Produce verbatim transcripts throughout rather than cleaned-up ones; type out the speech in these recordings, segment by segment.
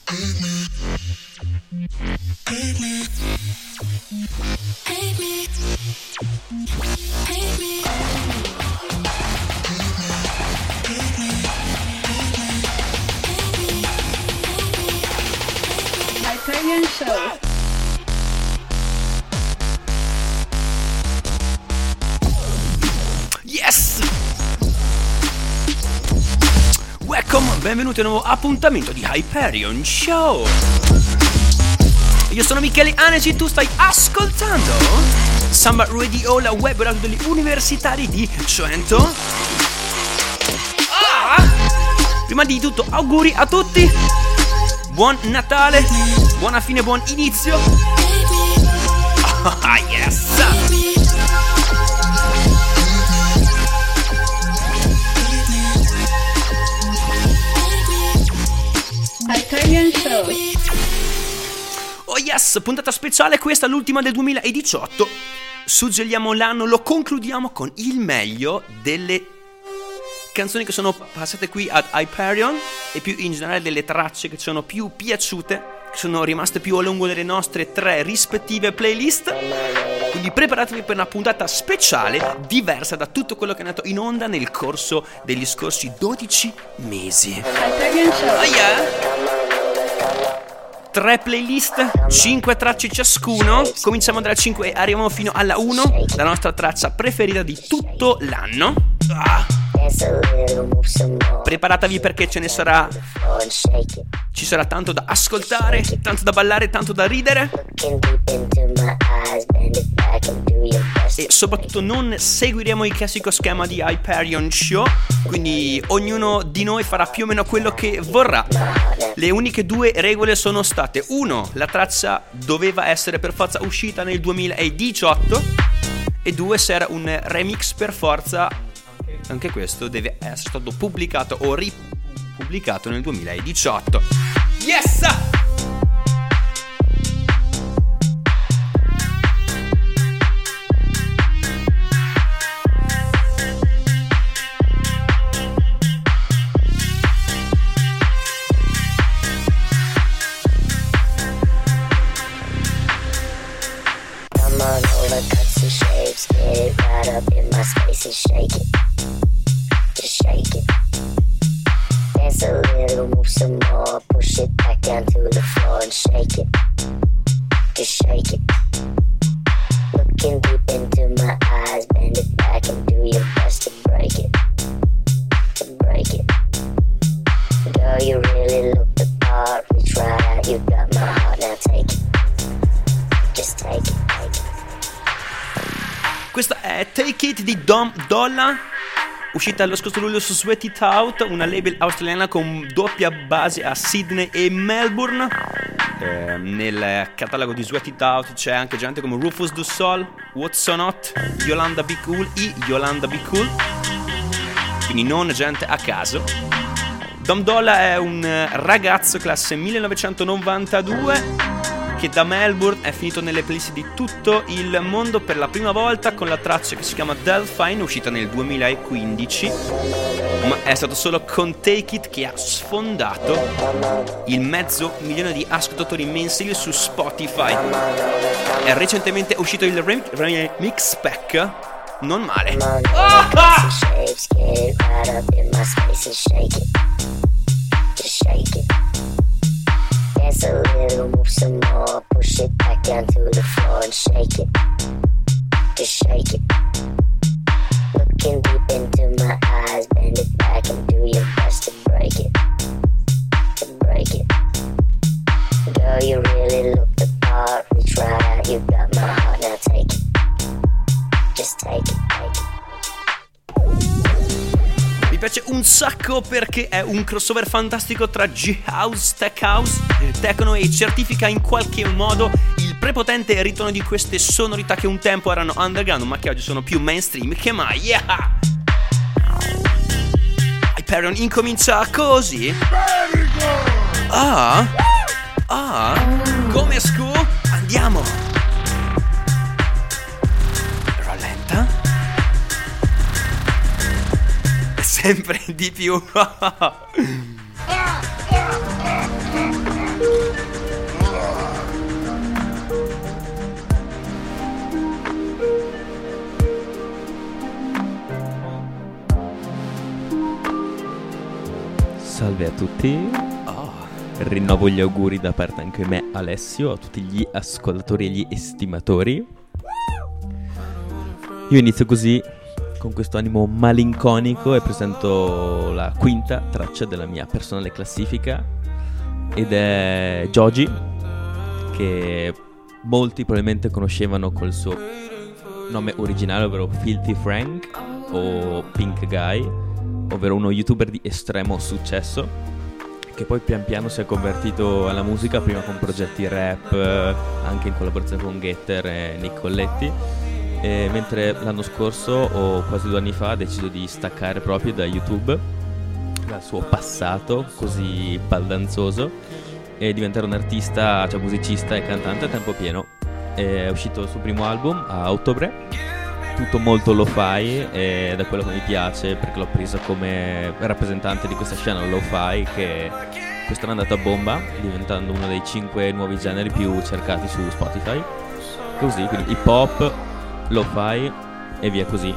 Hyperion Show. Yes! Welcome, benvenuti a un nuovo appuntamento di Hyperion Show. Io sono Michele Aneci, tu stai ascoltando Samba Radio, la web radio degli universitari di Trento. Ah! Prima di tutto auguri a tutti, buon Natale, buona fine, buon inizio. Ah, yes! Hyperion Show. Oh yes, puntata speciale, questa l'ultima del duemiladiciotto. Suggeriamo l'anno, lo concludiamo con il meglio delle canzoni che sono passate qui ad Hyperion e più in generale delle tracce che ci sono più piaciute, che sono rimaste più a lungo delle nostre tre rispettive playlist. Quindi preparatevi per una puntata speciale diversa da tutto quello che è andato in onda nel corso degli scorsi dodici mesi. Hyperion Show. Oh yeah! Tre playlist, cinque tracce ciascuno. Cominciamo dalla cinque e arriviamo fino alla uno, la nostra traccia preferita di tutto l'anno. Ah. Preparatevi perché ce ne sarà. Ci sarà tanto da ascoltare, tanto da ballare, tanto da ridere. E soprattutto non seguiremo il classico schema di Hyperion Show, quindi ognuno di noi farà più o meno quello che vorrà. Le uniche due regole sono state: uno, la traccia doveva essere per forza uscita nel duemiladiciotto, e due, se era un remix per forza, anche questo deve essere stato pubblicato o ripubblicato nel duemiladiciotto. Yes! Cuts and shapes, get it right up in my space and shake it, just shake it. Dance a little, move some more, push it back down to the floor and shake it, just shake it. Looking deep into my eyes, bend it back and do your best to break it, to break it. Girl, you really look the part, reach right out, you got my heart, now take it, just take it, take it. Questa è Take It di Dom Dolla, uscita lo scorso luglio su Sweat It Out, una label australiana con doppia base a Sydney e Melbourne. Eh, nel catalogo di Sweat It Out c'è anche gente come Rufus Du Sol, What's So Not, Yolanda Be Cool e Yolanda Be Cool, quindi non gente a caso. Dom Dolla è un ragazzo classe millenovecentonovantadue che da Melbourne è finito nelle playlist di tutto il mondo per la prima volta con la traccia che si chiama Delphine, uscita nel duemilaquindici, ma è stato solo con Take It che ha sfondato il mezzo milione di ascoltatori mensili su Spotify. È recentemente uscito il rem- remix pack, non male. Oh! Ah! Dance a little, move some more, push it back down to the floor and shake it, just shake it. Looking deep into my eyes, bend it back and do your best to break it, to break it. Girl, you really look the part, reach right out, you got my heart, now take it, just take it, take it. Mi piace un sacco perché è un crossover fantastico tra G-House, Tech House, Techno e certifica in qualche modo il prepotente ritorno di queste sonorità che un tempo erano underground ma che oggi sono più mainstream che mai. Yeah! Hyperion incomincia così. Ah, ah, come scu? Andiamo. Rallenta. Sempre di più. Salve a tutti. Oh. Rinnovo gli auguri da parte anche me, Alessio, a tutti gli ascoltatori e gli estimatori. Io inizio così, con questo animo malinconico, e presento la quinta traccia della mia personale classifica, ed è Joji, che molti probabilmente conoscevano col suo nome originale, ovvero Filthy Frank o Pink Guy, ovvero uno youtuber di estremo successo che poi pian piano si è convertito alla musica, prima con progetti rap, anche in collaborazione con Getter e Nick Colletti, e mentre l'anno scorso o quasi due anni fa ha deciso di staccare proprio da YouTube, dal suo passato così baldanzoso, e diventare un artista, cioè musicista e cantante a tempo pieno. È uscito il suo primo album a ottobre, tutto molto lo-fi, ed è quello che mi piace perché l'ho presa come rappresentante di questa scena lo-fi che quest'anno è andata a bomba, diventando uno dei cinque nuovi generi più cercati su Spotify. Così, quindi hip hop, lo-fi e via così.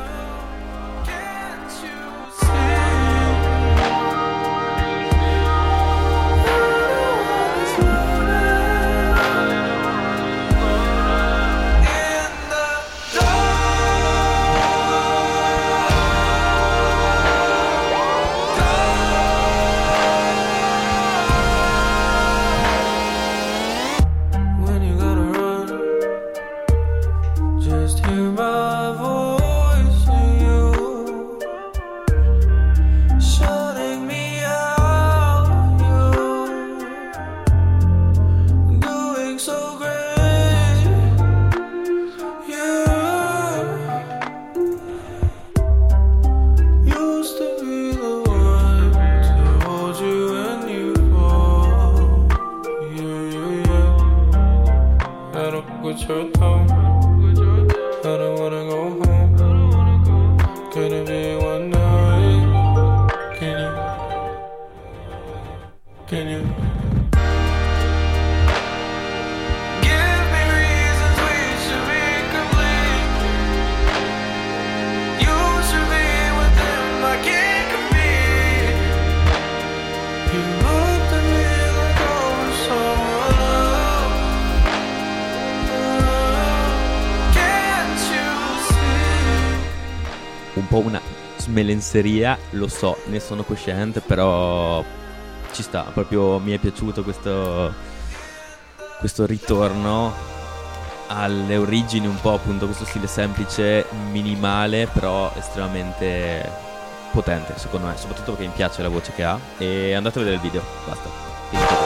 Un po' una smelenzeria, lo so, ne sono cosciente, però ci sta, proprio mi è piaciuto questo, questo ritorno alle origini, un po' appunto questo stile semplice, minimale, però estremamente potente secondo me, soprattutto perché mi piace la voce che ha. E andate a vedere il video, basta. Finito.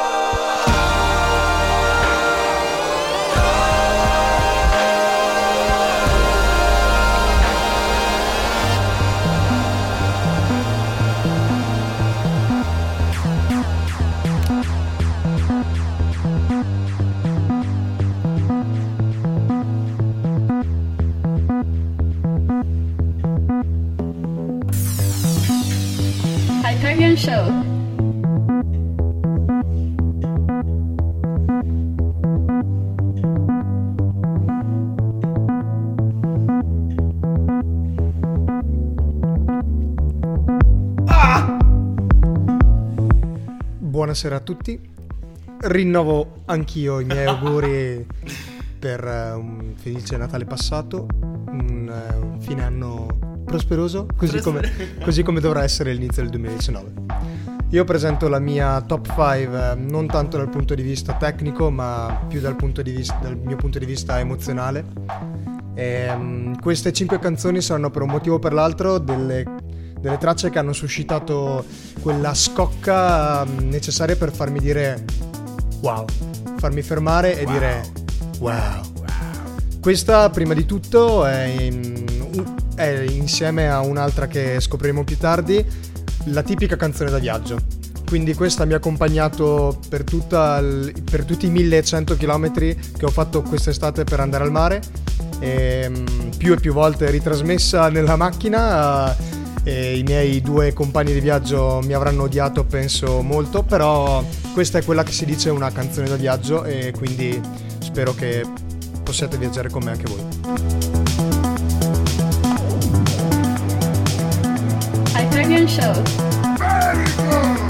Hyperion Show. Buonasera a tutti. Rinnovo anch'io i miei auguri per uh, un felice Natale passato, un, uh, un fine anno prosperoso, così come, così come dovrà essere l'inizio del duemiladiciannove. Io presento la mia top cinque, non tanto dal punto di vista tecnico, ma più dal, punto di vista, dal mio punto di vista emozionale. E, um, queste cinque canzoni saranno per un motivo o per l'altro delle, delle tracce che hanno suscitato quella scocca um, necessaria per farmi dire wow, farmi fermare e wow. dire wow. wow. Questa prima di tutto è in, è insieme a un'altra che scopriremo più tardi, la tipica canzone da viaggio. Quindi questa mi ha accompagnato per, tutta il, per tutti i millecento chilometri che ho fatto quest'estate per andare al mare, e più e più volte ritrasmessa nella macchina, e i miei due compagni di viaggio mi avranno odiato penso molto, però questa è quella che si dice una canzone da viaggio, e quindi spero che possiate viaggiare con me anche voi. Hyperion Show.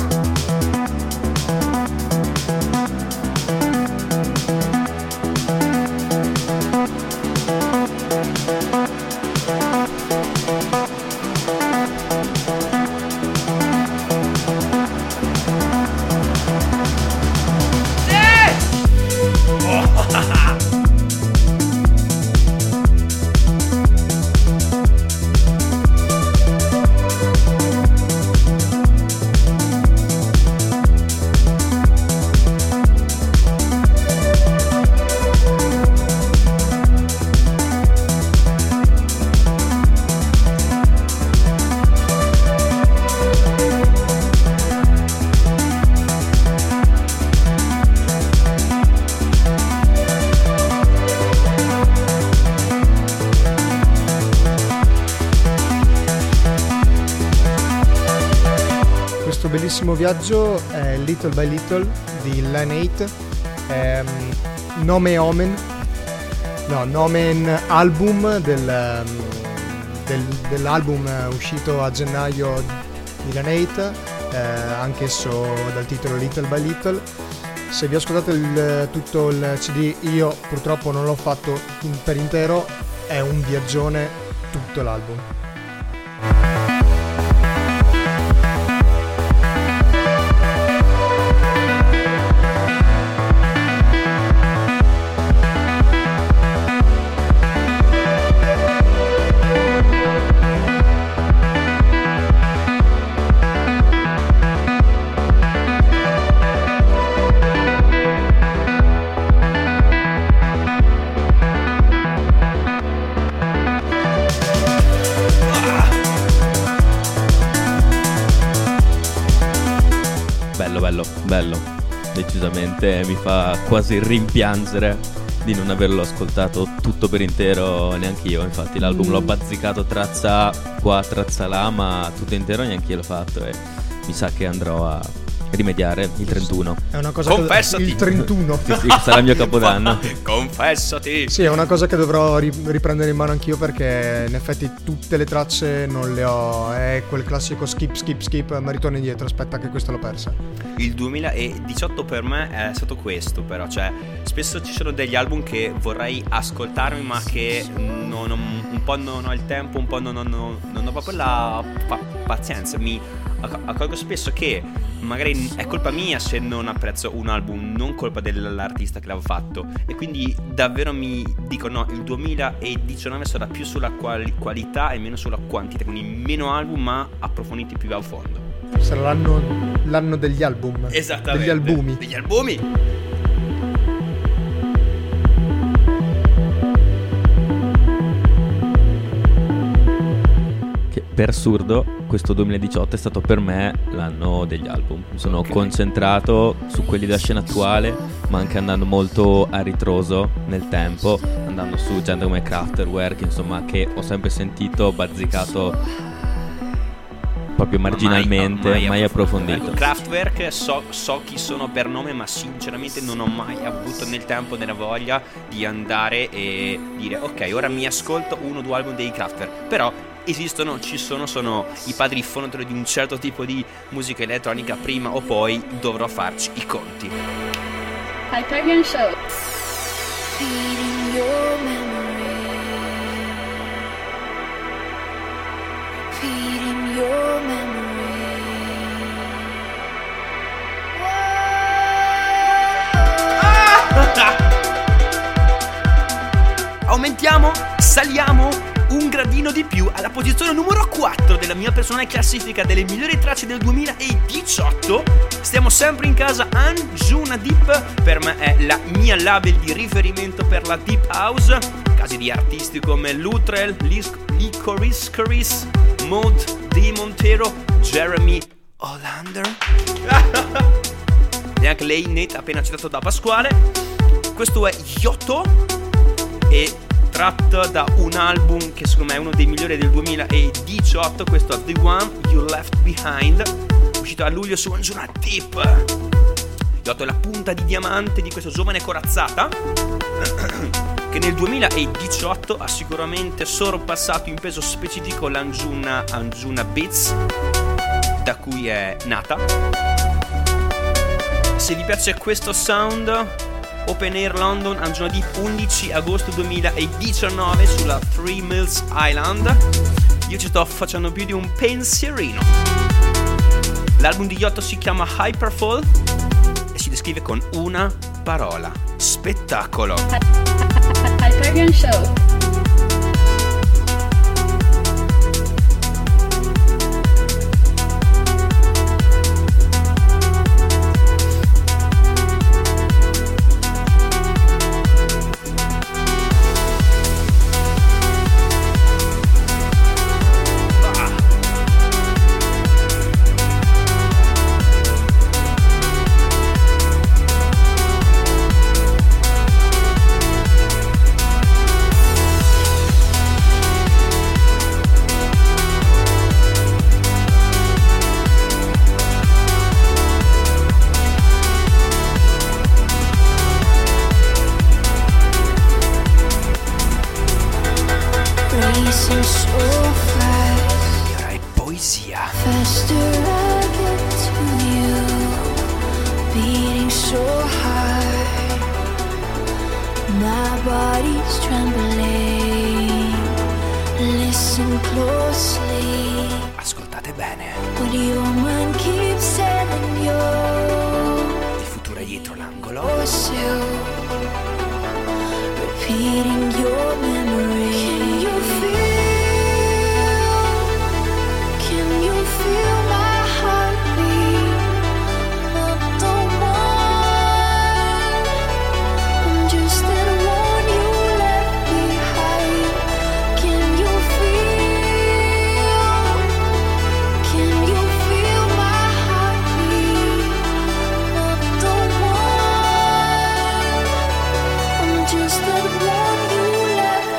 questo bellissimo viaggio è Little by Little di Line eight, ehm, nome Omen, no, Nomen album del, del, dell'album uscito a gennaio di Line eight, eh, anch'esso dal titolo Little by Little. Se vi ascoltate il, tutto il C D, io purtroppo non l'ho fatto in, per intero, è un viaggione tutto l'album. Bello, bello, decisamente mi fa quasi rimpiangere di non averlo ascoltato tutto per intero neanche io. Infatti l'album mm. l'ho bazzicato trazza qua, trazza là, ma tutto intero neanche io l'ho fatto e mi sa che andrò a rimediare il trentuno. È una cosa Confessati. che il trentuno sì, sì, sarà il mio capodanno. Confessati. Sì, è una cosa che dovrò ri- riprendere in mano anch'io, perché in effetti tutte le tracce non le ho. È quel classico skip skip skip, ma ritorno indietro, aspetta che questo l'ho persa. Il duemiladiciotto per me è stato questo, però, cioè spesso ci sono degli album che vorrei ascoltarmi ma che non ho, un po' non ho il tempo, un po' non ho, non ho proprio la pa- pazienza. Mi accorgo spesso che magari è colpa mia se non apprezzo un album, non colpa dell'artista che l'ha fatto, e quindi davvero mi dico no, il duemiladiciannove sarà più sulla quali- qualità e meno sulla quantità, quindi meno album ma approfonditi più a fondo. Sarà l'anno, l'anno degli album. Esattamente. Degli albumi. Degli albumi. Che per assurdo questo duemiladiciotto è stato per me l'anno degli album. Mi sono okay. concentrato su quelli della scena attuale, ma anche andando molto a ritroso nel tempo, andando su gente come Kraftwerk, insomma, che ho sempre sentito, bazzicato proprio marginalmente, mai, mai, mai approfondito. Ecco, Kraftwerk so, so chi sono per nome, ma sinceramente non ho mai avuto né il tempo né la voglia di andare e dire ok, ora mi ascolto uno o due album dei Kraftwerk. Però esistono, ci sono, sono i padri fondatori di un certo tipo di musica elettronica. Prima o poi dovrò farci i conti. Hyperion Show. Feeding your memory, feeding your memory. Aumentiamo, saliamo un gradino di più alla posizione numero quattro della mia personale classifica delle migliori tracce del duemiladiciotto. Stiamo sempre in casa Anjuna Deep, per me è la mia label di riferimento per la Deep House. Casi di artisti come Lutrell, Licorice Caris, Maud Di Montero, Jeremy Hollander e anche lei Nate appena citato da Pasquale. Questo è Yotto e tratto da un album che secondo me è uno dei migliori del duemiladiciotto. Questo è The One You Left Behind, uscito a luglio su Anjuna Deep. Yotto è la punta di diamante di questo giovane corazzata che nel duemiladiciotto ha sicuramente sorpassato in peso specifico l'Anjuna Anjuna Beats, da cui è nata. Se vi piace questo sound, Open Air London, Anjuna Deep, undici agosto duemiladiciannove sulla Three Mills Island. Io ci sto facendo più di un pensierino. L'album di Yotto si chiama Hyperfall e si descrive con una parola: spettacolo. Hyperion Show. body's trembling. Listen closely. Ascoltate bene. What your mind keeps telling you. Il futuro è dietro l'angolo. Yourself. Repeating your memory. Can you feel? Can you feel my heartbeat? Not the one. I'm just that one you left behind. Can you feel? Can you feel my heartbeat? Not the one. I'm just that one you left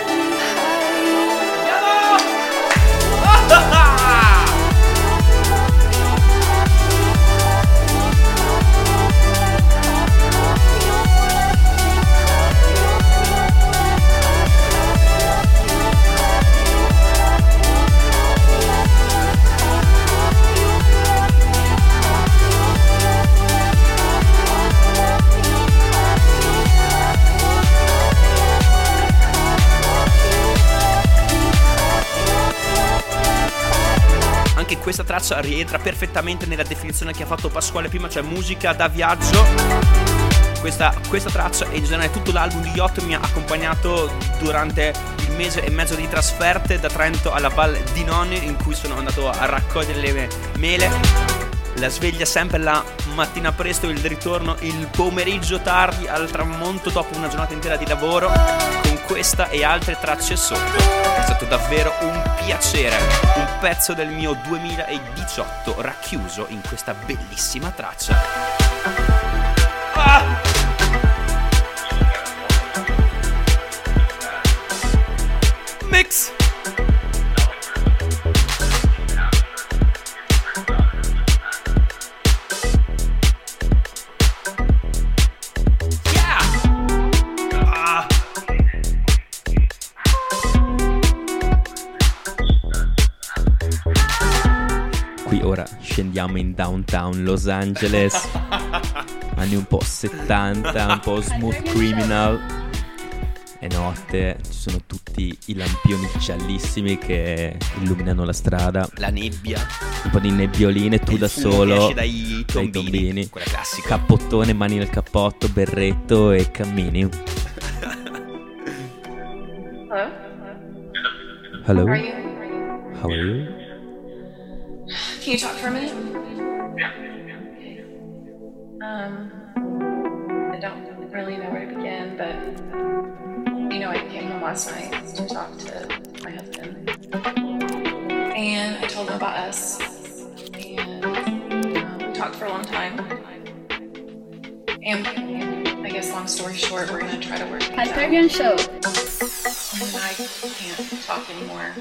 Anche questa traccia rientra perfettamente nella definizione che ha fatto Pasquale prima, cioè musica da viaggio. Questa, questa traccia e in generale tutto l'album di Yacht mi ha accompagnato durante il mese e mezzo di trasferte da Trento alla Val di Non, in cui sono andato a raccogliere le mele. La sveglia sempre la mattina presto, il ritorno il pomeriggio tardi al tramonto dopo una giornata intera di lavoro, con questa e altre tracce sotto. È stato davvero un piacere, un pezzo del mio duemiladiciotto racchiuso in questa bellissima traccia. Ah! Mix. Ora scendiamo in downtown Los Angeles, anni un po' settanta, un po' Smooth Criminal. È notte, ci sono tutti i lampioni giallissimi che illuminano la strada, la nebbia, un po' di nebbioline, tu il da fumo solo, che esce dai tombini, dai tombini, quella classica. Cappottone, mani nel cappotto, berretto e cammini. Hello? Hello? How are you? How are you? Can you talk for a minute? Um, I don't really know where to begin, but you know, I came home last night to talk to my husband, and I told him about us, and um, we talked for a long time. And I guess, long story short, we're gonna try to work things out. Hyperion Show. And I can't talk anymore.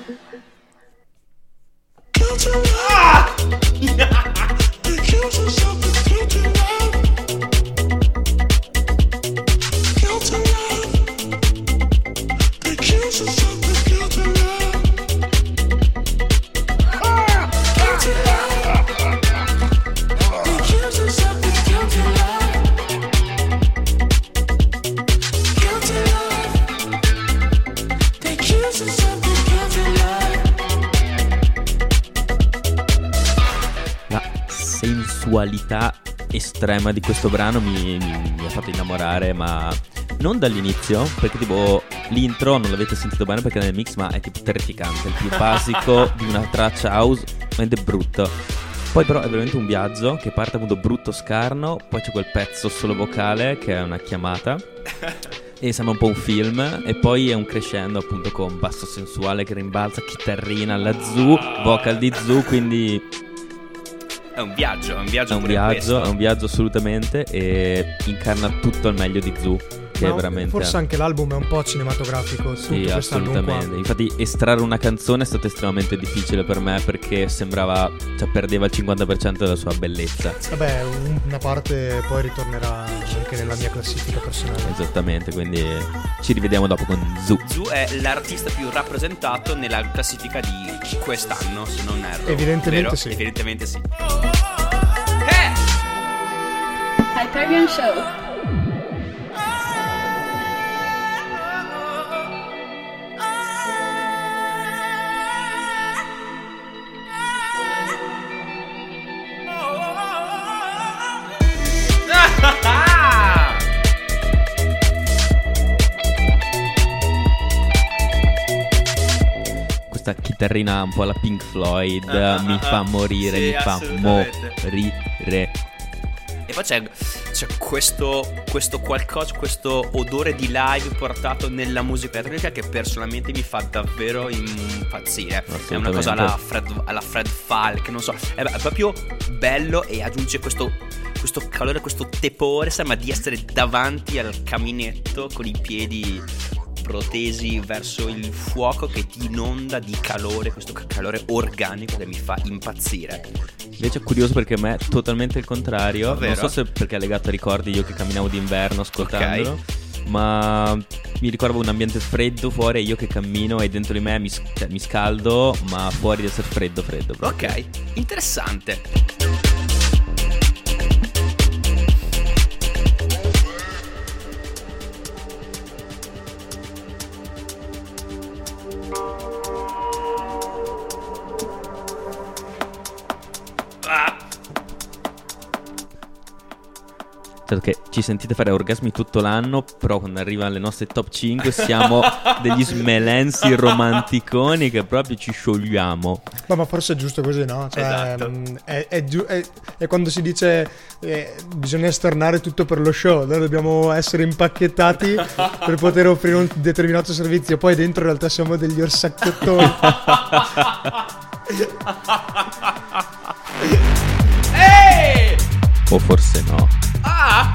Sensualità estrema di questo brano mi, mi, mi ha fatto innamorare, ma non dall'inizio, perché tipo l'intro non l'avete sentito bene perché nel mix, ma è tipo terrificante, il più basico di una traccia house, ed è brutto. Poi però è veramente un viaggio che parte appunto brutto, scarno, poi c'è quel pezzo solo vocale che è una chiamata e sembra un po' un film, e poi è un crescendo appunto con basso sensuale che rimbalza, chitarrina alla Zoo, vocal di Zoo, quindi è un viaggio, è un viaggio è un pure viaggio, questo. è un viaggio assolutamente, e incarna tutto il meglio di Zoo, che No, è veramente forse anche l'album è un po' cinematografico. sì, tutto quest'album assolutamente. qua. Infatti estrarre una canzone è stato estremamente difficile per me, perché sembrava, cioè perdeva il cinquanta per cento della sua bellezza. Vabbè, un- una parte poi ritornerà anche nella mia classifica personale. Esattamente, quindi ci rivediamo dopo con Zoo. Zoo è l'artista più rappresentato nella classifica di quest'anno, se non erro. Evidentemente vero? sì. Evidentemente sì. Hyperion Show. chitarrina un po' alla Pink Floyd, Ah, ah, mi ah, fa ah. morire, Sì, mi fa assolutamente. morire. E poi c'è, c'è questo, questo qualcosa, questo odore di live portato nella musica elettronica che personalmente mi fa davvero impazzire. È una cosa alla Fred, alla Fred Falk, non so, è, è proprio bello e aggiunge questo, questo calore, questo tepore, sembra di essere davanti al caminetto con i piedi protesi verso il fuoco che ti inonda di calore, questo calore organico che mi fa impazzire. Invece è curioso perché a me è totalmente il contrario. Davvero? Non so se perché è legato a ricordi io che camminavo d'inverno ascoltandolo, Ok. ma mi ricordo un ambiente freddo fuori e io che cammino e dentro di me mi, s- cioè, mi scaldo, ma fuori deve essere freddo freddo proprio. Ok, interessante. Ah, Perché ci sentite fare orgasmi tutto l'anno, però quando arrivano le nostre top cinque siamo degli smelensi romanticoni che proprio ci sciogliamo. Ma, ma forse è giusto così, no? Cioè, Esatto. mm, è, è giu- è- è quando si dice eh, bisogna esternare tutto per lo show, noi dobbiamo essere impacchettati per poter offrire un determinato servizio, poi dentro in realtà siamo degli orsaccottoni. Ehi! O forse no. Ah!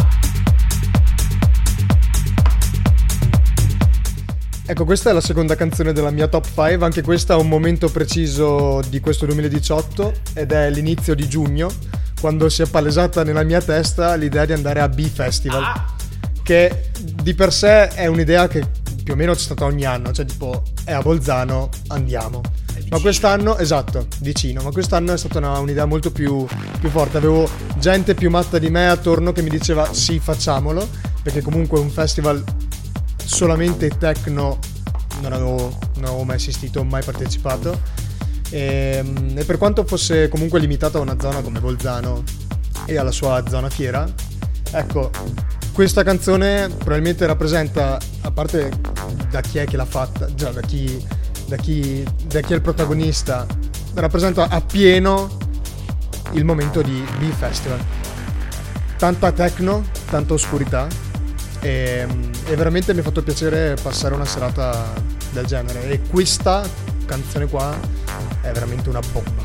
Ecco, questa è la seconda canzone della mia top cinque, anche questa ha un momento preciso di questo duemiladiciotto ed è l'inizio di giugno, quando si è palesata nella mia testa l'idea di andare a B-Festival, che di per sé è un'idea che più o meno c'è stata ogni anno, cioè tipo è a Bolzano, andiamo. Ma quest'anno, esatto, vicino, ma quest'anno è stata una- un'idea molto più, più forte, avevo gente più matta di me attorno che mi diceva sì, facciamolo, perché comunque è un festival solamente techno, non avevo, non avevo mai assistito, mai partecipato, e, e per quanto fosse comunque limitato a una zona come Bolzano e alla sua zona fiera, ecco, questa canzone probabilmente rappresenta, a parte da chi è che l'ha fatta, già da chi, da chi, da chi è il protagonista, rappresenta appieno il momento di B-Festival. Tanta techno, tanta oscurità, e, e veramente mi ha fatto piacere passare una serata del genere, e questa canzone qua è veramente una bomba.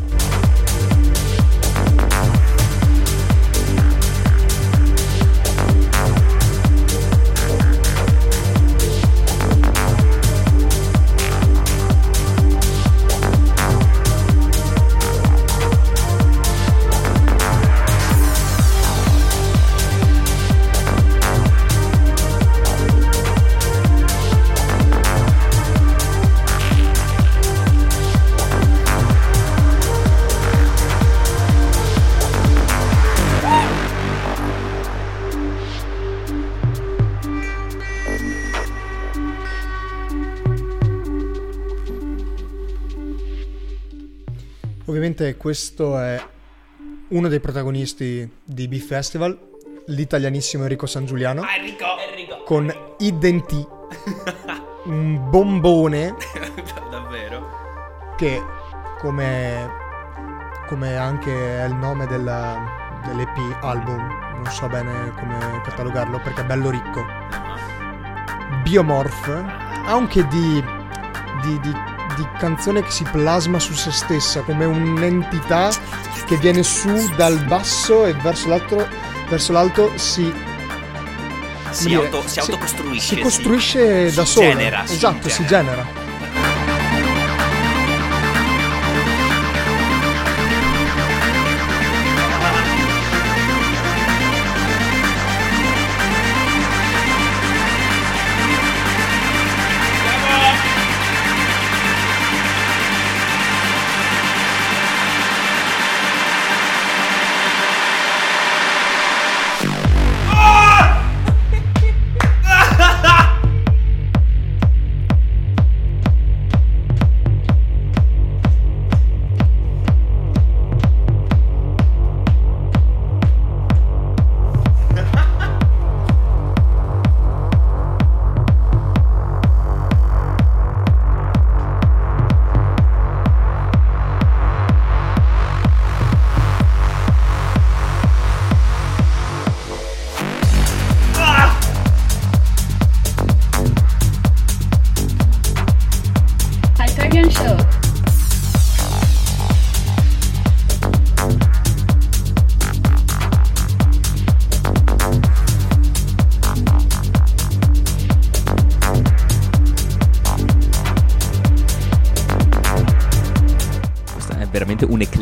Ovviamente questo è uno dei protagonisti di B-Festival, l'italianissimo Enrico San Giuliano, Ah, Enrico, Enrico. con Identi, un bombone Davvero? che, come, come anche è il nome della, dell'E P album, non so bene come catalogarlo perché è bello ricco, Biomorph, ha anche di, di, di, di canzone che si plasma su se stessa come un'entità che viene su dal basso e verso l'alto, verso l'alto si Si, come dire, auto, si autocostruisce. si costruisce si- da si solo, genera, si esatto, si genera. genera.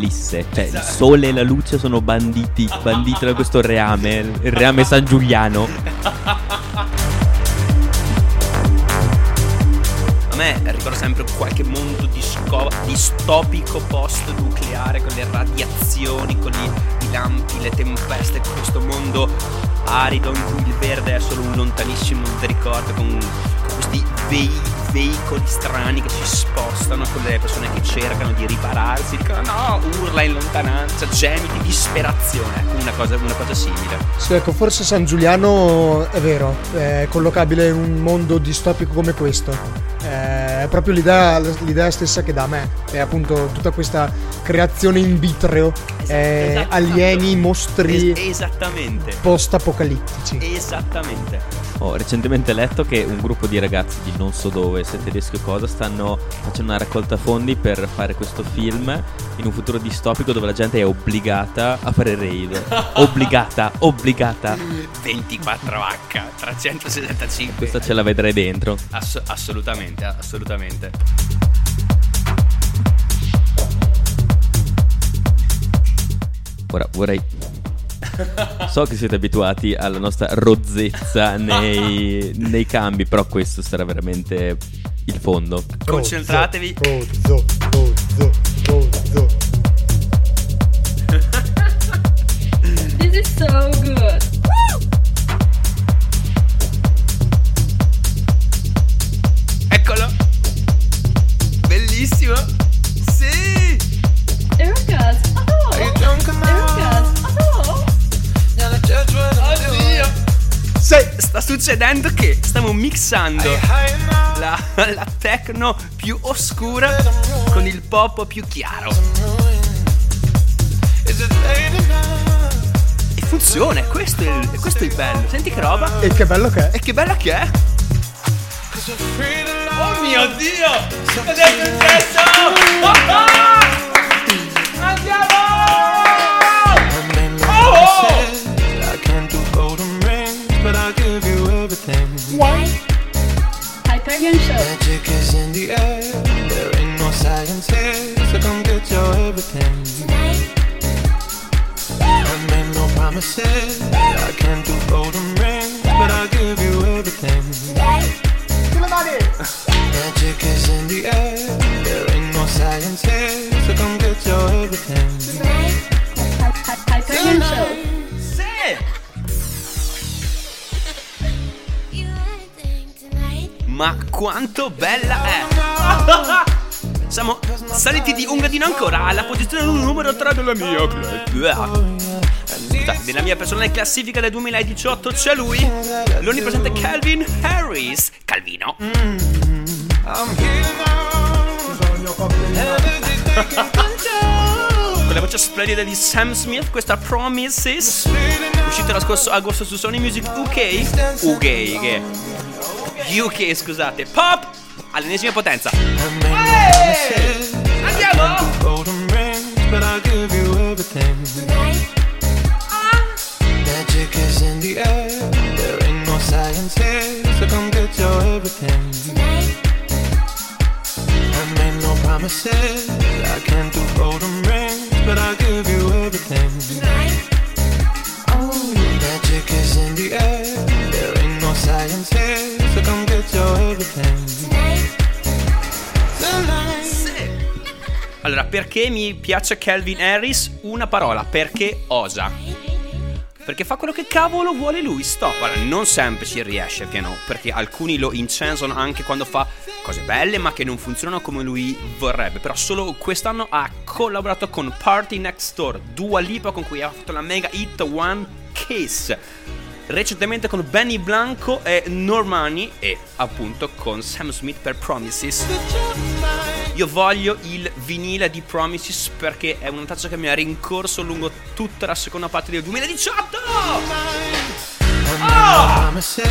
Ulisse. Cioè il sole e la luce sono banditi, banditi da questo reame, il reame San Giuliano. A me ricorda sempre qualche mondo disco- distopico post-nucleare, con le radiazioni, con i, i lampi, le tempeste, con questo mondo arido in cui il verde è solo un lontanissimo ricordo, con, con questi vei- veicoli strani che si spostano, con delle persone che cercano di ripararsi, dicono no, urla in lontananza, gemi di disperazione, ecco, una cosa, una cosa simile. Sì, ecco, forse San Giuliano è vero, è collocabile in un mondo distopico come questo. È proprio l'idea, l'idea stessa che dà a me. È appunto tutta questa creazione in vitreo, eh, esatto, alieni, esatto. mostri Es- esattamente post-apocalittici. Esattamente. Ho recentemente letto che un gruppo di ragazzi di non so dove, se tedeschi o cosa, stanno facendo una raccolta fondi per fare questo film in un futuro distopico dove la gente è obbligata a fare rave. Obbligata, obbligata. ventiquattro acca trecentosessantacinque. Questa ce la vedrai dentro. Ass- assolutamente, assolutamente. Ora vorrei... So che siete abituati alla nostra rozzezza nei, nei cambi, però questo sarà veramente il fondo. Concentratevi. Rozzo, rozzo, rozzo. This is so good. Eccolo. Bellissimo. Sì. Ericas. Oh. Ericas. Oh. Oddio. Sì. Sta succedendo che stiamo mixando la, la techno più oscura con il pop più chiaro. E funziona, questo è il, questo è il bello. Senti che roba. E che bello che è. E che bella che è. Oh mio Dio! Cosa è successo? Oh, oh! Andiamo! Oh! Hyperion Show. Magic is in the air. There ain't no science here, so come get your everything. I made no promises. I can't do golden rings, but I'll give you everything. Magic is in the air. There ain't no science here, so come get your everything. Hyperion Show. Sì! Ma quanto bella è! Siamo saliti di un gradino ancora alla posizione numero tre della mia Scusa, nella mia personale classifica del duemiladiciotto c'è lui, l'onnipresente Calvin Harris. Calvino. Con la voce splendida di Sam Smith, questa Promises, uscita lo scorso agosto su Sony Music U K. U K, che U K, scusate. Pop all'ennesima potenza. Hey! Andiamo! Golden rings, but I'll give you everything. Magic is in the air. There ain't no science here, so come get your everything. I made no promises. I can't do golden rings, but I'll give you everything. Oh, magic is in the air. There ain't no science here, so come get your everything. Tonight. Allora, perché mi piace Calvin Harris? Una parola, perché osa. Perché fa quello che cavolo vuole lui, stop. Allora, non sempre ci riesce, piano, perché alcuni lo incensano anche quando fa cose belle ma che non funzionano come lui vorrebbe. Però solo quest'anno ha collaborato con Party Next Door, Dua Lipa, con cui ha fatto la mega hit One Kiss, recentemente con Benny Blanco e Normani, e appunto con Sam Smith per Promises. Io voglio il vinile di Promises perché è una traccia che mi ha rincorso lungo tutta la seconda parte del duemiladiciotto. Oh!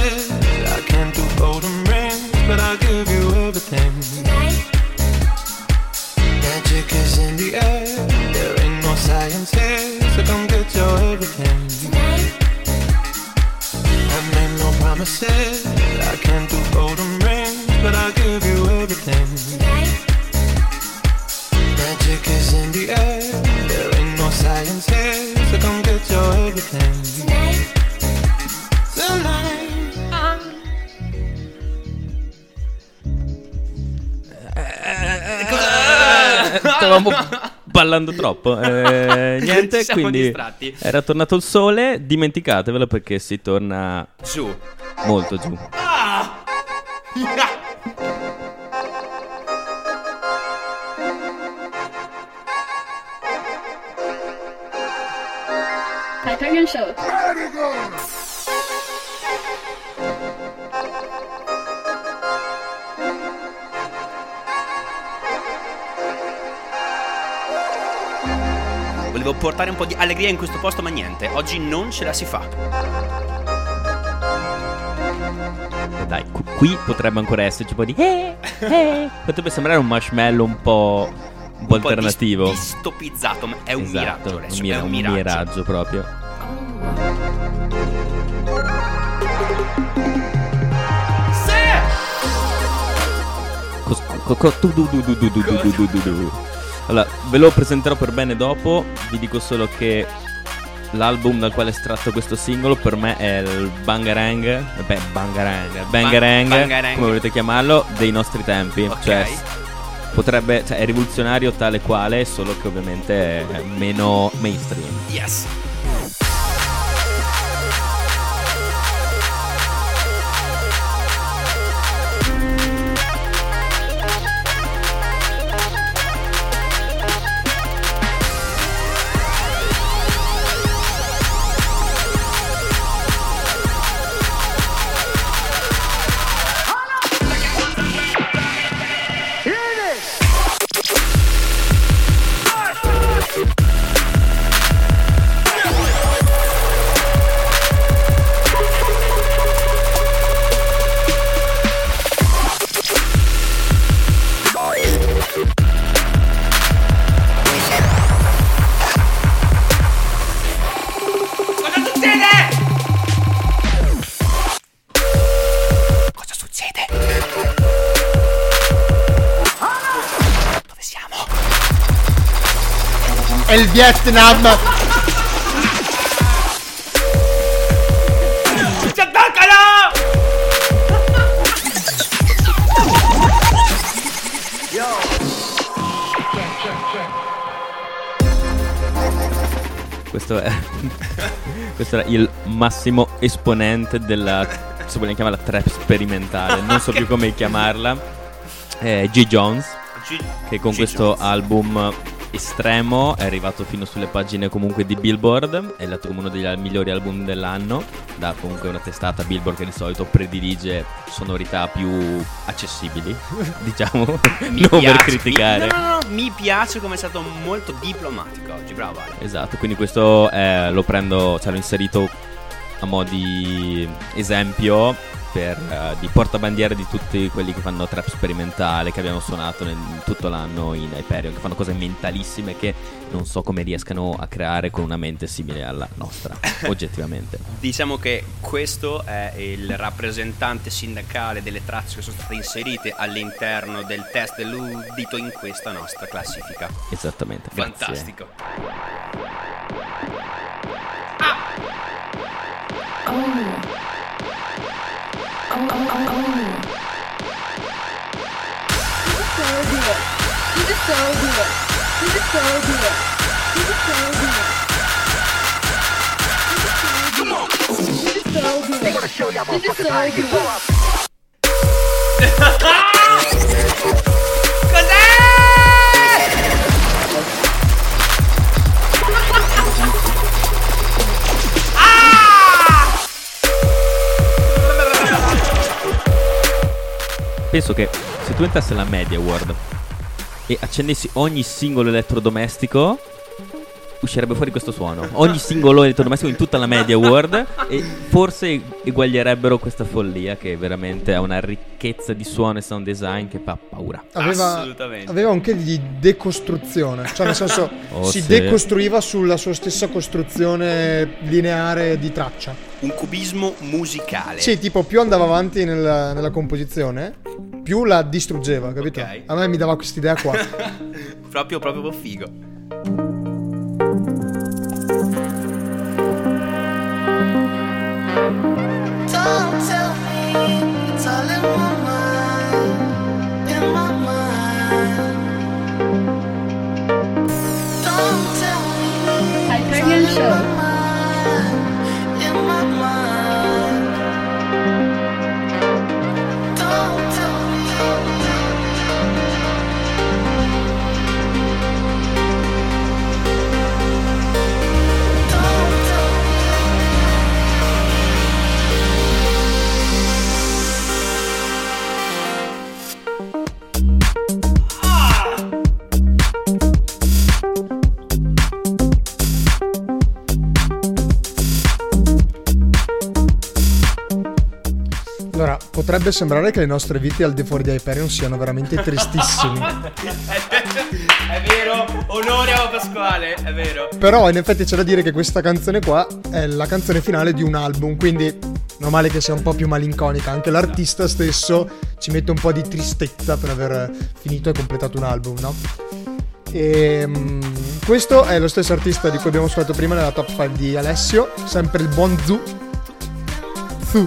Magic is in the air. There ain't no science here, so come get your everything. I made no promises. I can't do golden rings, but I'll give you everything. Magic is in the air. everything. Tonight. Stavamo ballando troppo. Eh, niente, Ci siamo quindi distratti. era tornato il sole. Dimenticatevelo perché si torna Giù. molto giù. Hyperion Show. Volevo portare un po' di allegria in questo posto, ma niente, oggi non ce la si fa. E dai, qu- qui potrebbe ancora esserci un po' di eh, eh. Potrebbe sembrare un marshmallow un po', un po' Un po' alternativo. dis- distopizzato, ma è un Esatto, miraggio, Alessio, un, mira- è un un miraggio. miraggio proprio. Cos- co- co- tu- du- du- du- du- du- du- du- du- du- du. Allora, ve lo presenterò per bene dopo. Vi dico solo che l'album dal quale è estratto questo singolo per me è il Bangarang. Beh, Bangarang, Bangarang, Bangarang. come volete chiamarlo, dei nostri tempi. Ok. Cioè, potrebbe, cioè, è rivoluzionario tale quale, solo che ovviamente è meno mainstream. Yes. Cosa succede? Dove siamo? È il Vietnam. Ci attaccano! Questo è questo era il massimo esponente della, se vogliamo chiamarla, trap sperimentale, non so più come chiamarla, eh, G. Jones, che con G. questo Jones. album estremo è arrivato fino sulle pagine comunque di Billboard, è dato come uno degli al- migliori album dell'anno, da comunque una testata Billboard che di solito predilige sonorità più accessibili, diciamo, Mi non per piace, criticare. mi- no, no, no, mi piace come è stato molto diplomatico oggi, bravo Ale. Esatto, quindi questo eh, lo prendo, cioè l'ho inserito a mo' di esempio per, eh, di portabandiera di tutti quelli che fanno trap sperimentale, che abbiamo suonato nel, tutto l'anno in Hyperion, che fanno cose mentalissime che non so come riescano a creare con una mente simile alla nostra, oggettivamente. Diciamo che questo è il rappresentante sindacale delle tracce che sono state inserite all'interno del test dell'udito in questa nostra classifica. Esattamente, grazie. Fantastico. This is so good. This is so good. This is so good. This is so good. This is so good. This is so good. Penso che se tu entrassi alla Media World e accendessi ogni singolo elettrodomestico, uscirebbe fuori questo suono. Ogni singolo elettrodomestico in tutta la Media World, e forse eguaglierebbero questa follia che veramente ha una ricchezza di suono e sound design che fa paura. Aveva, Assolutamente. aveva un che di decostruzione, cioè nel senso Oh, si sì. decostruiva sulla sua stessa costruzione lineare di traccia. Un cubismo musicale. Sì, tipo più andava avanti nella, nella composizione, più la distruggeva, capito? Ok. A me mi dava quest'idea qua. proprio, proprio figo. Don't tell me it's all in my mind, in my mind. Don't tell me Hyperion Show. in my mind. Don't tell me. Don't tell Allora, potrebbe sembrare che le nostre vite al di fuori di Hyperion siano veramente tristissime. È vero, onore a Pasquale, è vero. Però in effetti c'è da dire che questa canzone qua è la canzone finale di un album, quindi normale che sia un po' più malinconica. Anche l'artista stesso ci mette un po' di tristezza per aver finito e completato un album, no? E um, questo è lo stesso artista di cui abbiamo ascoltato prima nella top cinque di Alessio, sempre il buon Zu. Zu.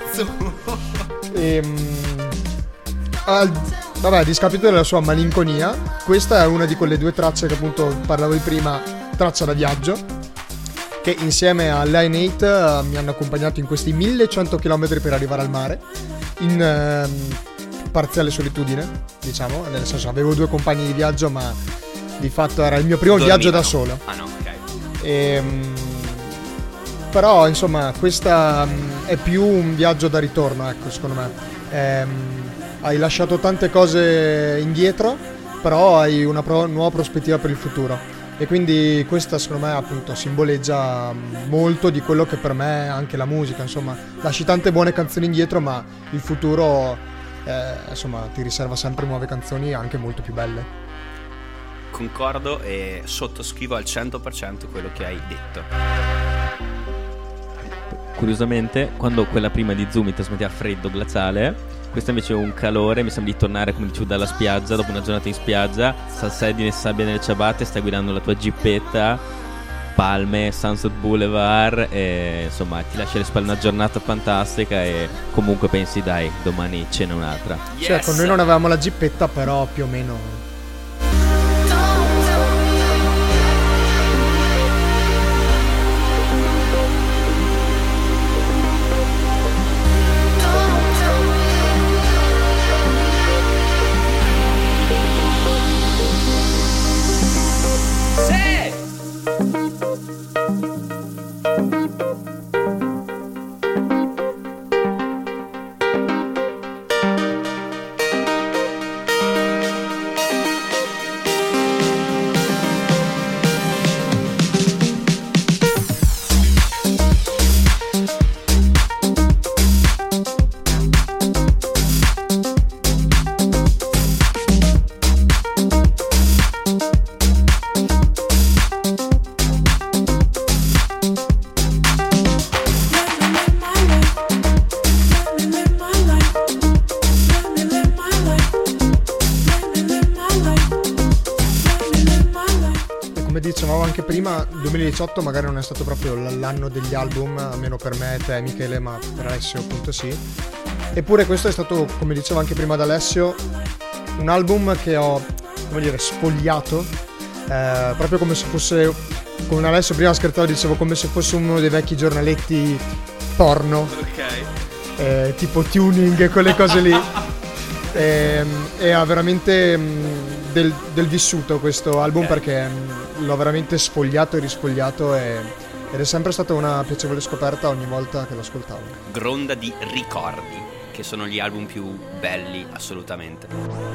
E, um, al, vabbè, a discapito della sua malinconia, questa è una di quelle due tracce che appunto parlavo di prima, traccia da viaggio, che insieme a Line otto uh, mi hanno accompagnato in questi millecento chilometri per arrivare al mare, in uh, parziale solitudine, diciamo, nel senso avevo due compagni di viaggio, ma di fatto era il mio primo Dormivano. viaggio da solo. Ah no, ok. E, um, però insomma questa um, è più un viaggio da ritorno, ecco, secondo me. Ehm, hai lasciato tante cose indietro, però hai una pro- nuova prospettiva per il futuro, e quindi questa secondo me appunto simboleggia molto di quello che per me è anche la musica. Insomma, lasci tante buone canzoni indietro, ma il futuro eh, insomma ti riserva sempre nuove canzoni anche molto più belle. Concordo e sottoscrivo al cento per cento quello che hai detto. Curiosamente, quando quella prima di Zoom mi trasmetteva freddo glaciale, questa invece è un calore, mi sembra di tornare, come dicevo, dalla spiaggia dopo una giornata in spiaggia, salsedine, sabbia nelle ciabatte, stai guidando la tua jeepetta, palme, Sunset Boulevard, e insomma ti lascia alle spalle una giornata fantastica e comunque pensi dai, domani ce n'è un'altra. Yes. Cioè, con noi non avevamo la jeepetta, però più o meno. duemiladiciotto magari non è stato proprio l'anno degli album, almeno per me e te Michele, ma per Alessio appunto sì. Eppure questo è stato, come dicevo anche prima da Alessio, un album che ho, come dire, sfogliato, eh, proprio come se fosse, come Alessio prima scherzavo, dicevo come se fosse uno dei vecchi giornaletti porno, Ok. eh, tipo Tuning e quelle cose lì. E, e ha veramente mh, del, del vissuto questo album, Okay. perché mh, l'ho veramente sfogliato e risfogliato e, ed è sempre stata una piacevole scoperta ogni volta che lo ascoltavo. Gronda di ricordi, che sono gli album più belli assolutamente.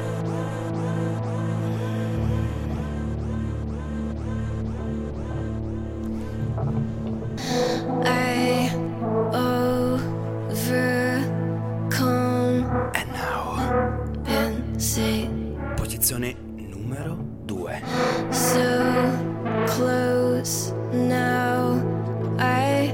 I overcome And now, and say posizione numero due. so close now. I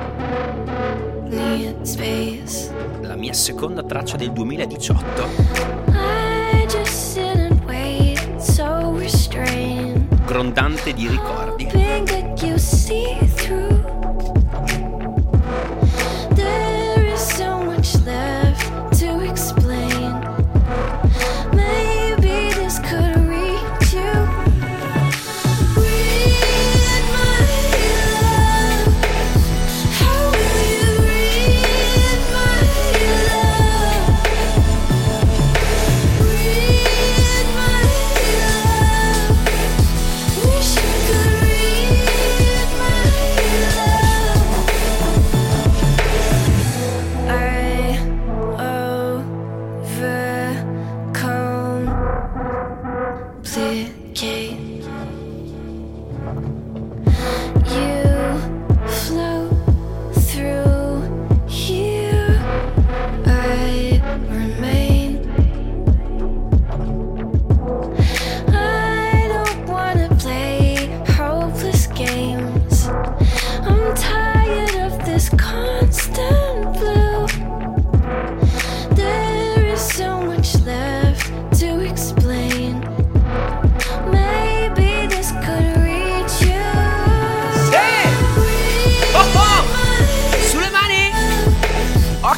need space. La mia seconda traccia del duemiladiciotto. I just sit and wait, so restrained. Grondante di ricordi. Hoping that you see through the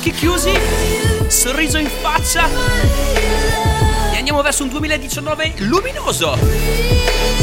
occhi chiusi, sorriso in faccia e andiamo verso un duemiladiciannove luminoso.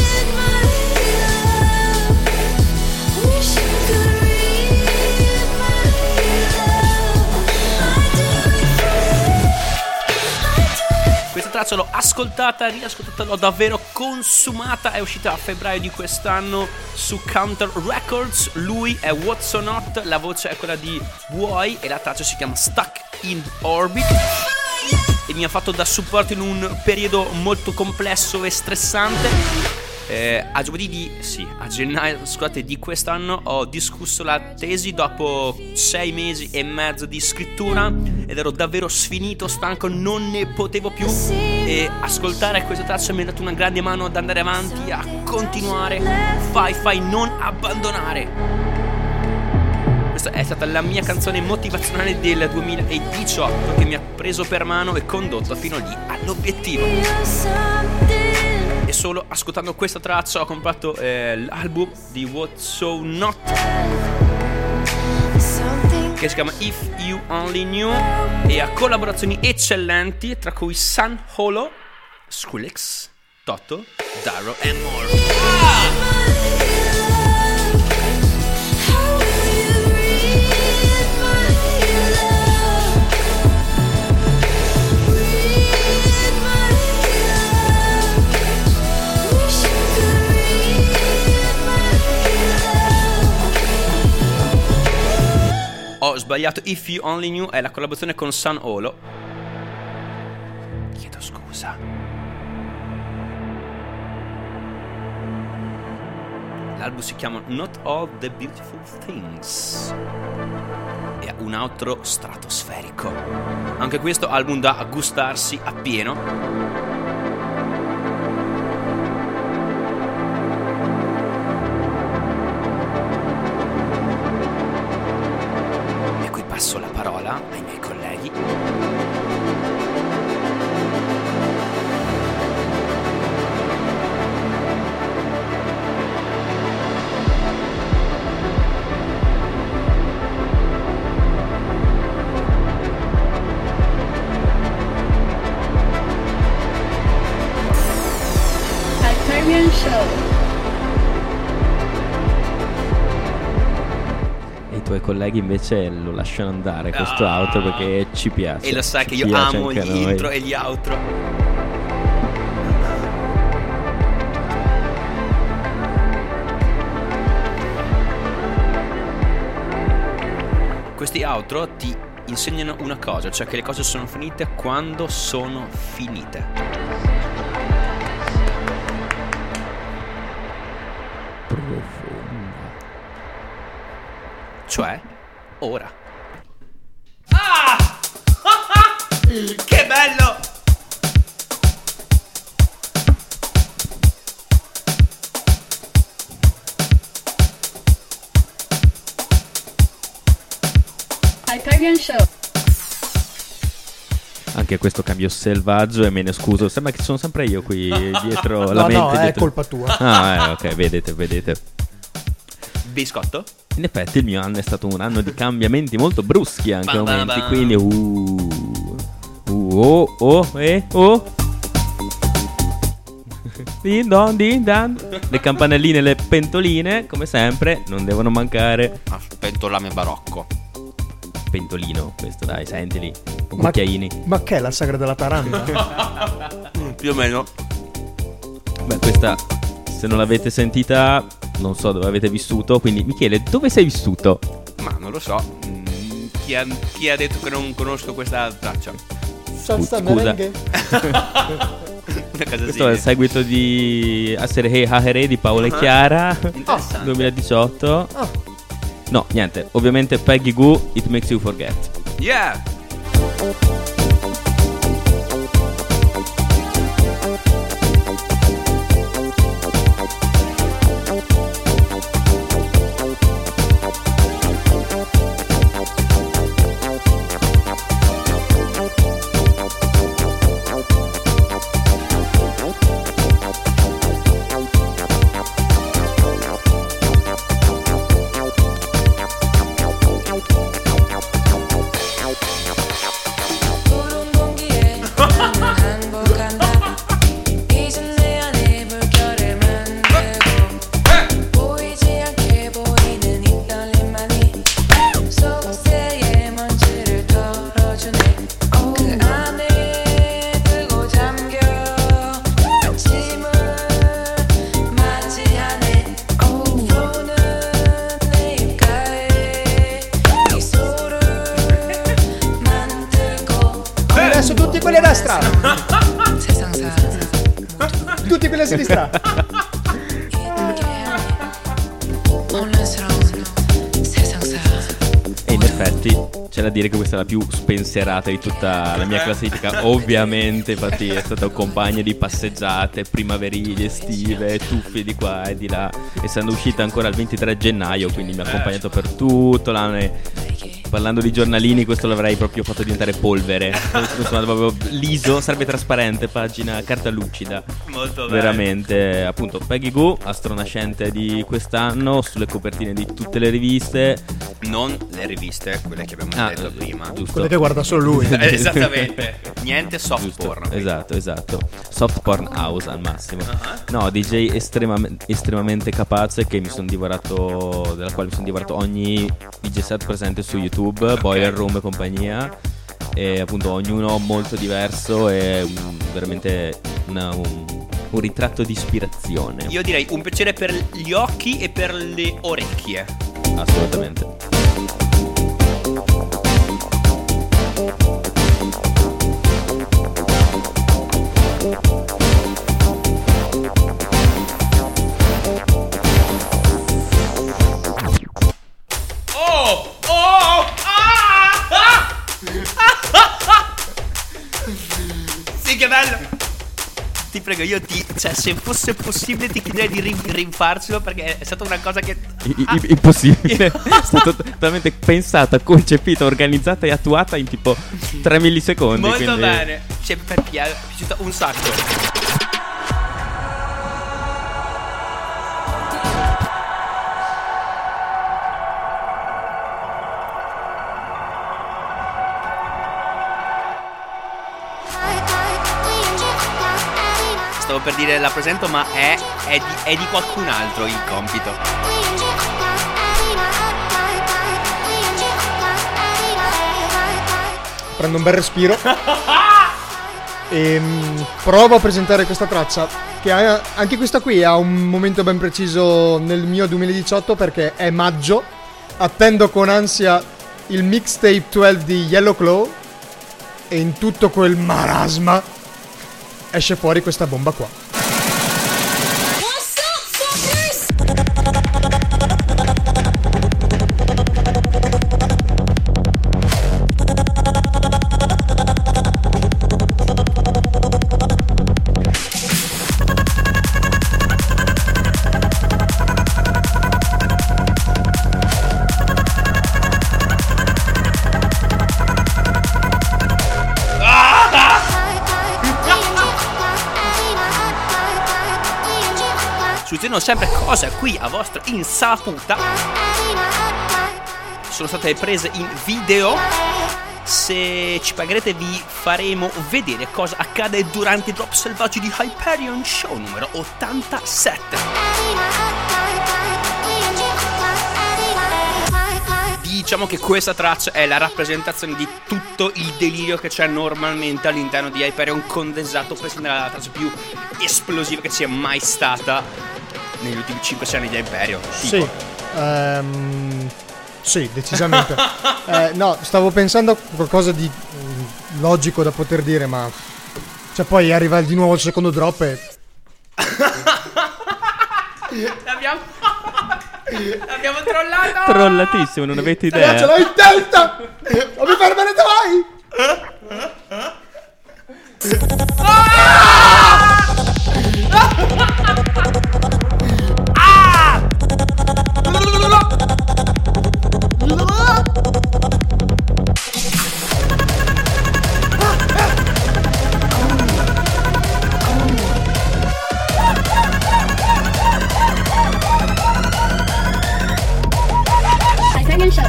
Questa traccia l'ho ascoltata, riascoltata, l'ho davvero consumata. È uscita a febbraio di quest'anno su Counter Records. Lui è What's So Not, la voce è quella di Buoi e la traccia si chiama Stuck in Orbit. E mi ha fatto da supporto in un periodo molto complesso e stressante. Eh, a giovedì di sì, a gennaio, scusate, di quest'anno ho discusso la tesi dopo sei mesi e mezzo di scrittura ed ero davvero sfinito, stanco, non ne potevo più. E ascoltare questa traccia mi ha dato una grande mano ad andare avanti, a continuare. Fai, fai, non abbandonare. Questa è stata la mia canzone motivazionale del duemiladiciotto che mi ha preso per mano e condotto fino lì all'obiettivo. E solo ascoltando questa traccia ho comprato eh, l'album di What's So Not, che si chiama If You Only Knew, e ha collaborazioni eccellenti tra cui San Holo, Skrillex, Toto, Darrow and more. Ah! Ho sbagliato, If You Only Knew è la collaborazione con San Holo. Chiedo scusa. L'album si chiama Not All The Beautiful Things e ha un outro stratosferico. Anche questo album da gustarsi appieno. Passo la parola ai miei colleghi. Hyperion Show. I tuoi colleghi invece lo lasciano andare questo Ah. outro perché ci piace. E lo sai che Ci io piace amo anche gli a noi. intro e gli outro. Questi outro ti insegnano una cosa, cioè che le cose sono finite quando sono finite. Cioè, ora. Ah! Che bello! Hyperion Show. Anche questo cambio selvaggio, e me ne scuso. Sembra che sono sempre io qui dietro la No, mente. no, è dietro. colpa tua. Ah, eh, ok, vedete, vedete. Biscotto? In effetti il mio anno è stato un anno di cambiamenti molto bruschi anche a Bam, bam, momenti, bam. quindi uh, uh oh oh eh oh. Din don din dan. Le campanelline, le pentoline, come sempre, non devono mancare. Aspetto lame barocco. Pentolino, questo dai, sentili. O Ma- cucchiaini. Ma che è la sagra della taranta? Più o meno. Beh, questa, se non l'avete sentita, non so dove avete vissuto. Quindi, Michele, dove sei vissuto? Ma non lo so. Mm, Chi ha, chi ha detto che non conosco questa traccia? Salsa Scusa. merengue. Una cosa Questo è il simile. seguito di Aserhe Hahere di Paola e Ah. Chiara, Interessante. duemiladiciotto. Ah. No, niente, ovviamente Peggy Goo, It Makes You Forget. Yeah. a sinistra. E in effetti c'è da dire che questa è la più spensierata di tutta la mia classifica. Ovviamente, infatti, è stata compagna di passeggiate primaverili, estive, tuffi di qua e di là. Essendo uscita ancora il ventitré gennaio, quindi mi ha accompagnato per tutto l'anno. E parlando di giornalini, questo l'avrei proprio fatto diventare polvere. Insomma, proprio liso, sarebbe trasparente, pagina carta lucida. Molto bene. Veramente, appunto, Peggy Gou, astronascente di quest'anno, sulle copertine di tutte le riviste. Non le riviste, quelle che abbiamo Ah, detto eh, prima. giusto. Quelle che guarda solo lui. Eh, Esattamente. Niente soft Giusto, porn. quindi. esatto, esatto. Soft porn house al massimo. Ah. No, D J estremam- estremamente capace che mi sono divorato, della quale mi sono divorato ogni D J set presente su YouTube, Boiler Room e compagnia. E appunto ognuno molto diverso e un- veramente una- un, un ritratto di ispirazione. Io direi un piacere per gli occhi e per le orecchie. Assolutamente. Oh! Oh! Ah! Ah! Sì, che bello! Ti prego, io ti... Cioè, se fosse possibile ti chiederei di rin- rinfarselo, perché è stata una cosa che... I- i- impossibile. È stato totalmente pensata, concepita, organizzata e attuata in tipo tre millisecondi. Molto quindi... bene. Cioè, per Pia è piaciuta un sacco. Stavo per dire la presento, ma è, è, di, è di qualcun altro il compito. Prendo un bel respiro e mm, provo a presentare questa traccia, che ha, anche questa qui ha un momento ben preciso nel mio duemiladiciotto, perché è maggio. Attendo con ansia il mixtape dodici di Yellow Claw e in tutto quel marasma esce fuori questa bomba qua. Succedono sempre cose qui a vostra insaputa. Sono state prese in video. Se ci pagherete vi faremo vedere cosa accade durante i drop selvaggi di Hyperion Show numero ottantasette. Diciamo che questa traccia è la rappresentazione di tutto il delirio che c'è normalmente all'interno di Hyperion condensato, per essere la traccia più esplosiva che sia mai stata negli ultimi cinque sei anni di Hyperion. Sì, ehm, sì, decisamente. eh, no, stavo pensando a qualcosa di mm, logico da poter dire, ma cioè poi arriva di nuovo il secondo drop e L'abbiamo L'abbiamo trollato. Trollatissimo, non avete idea. eh, ce l'ho in testa. Non mi fermare mai. Hyperion Show.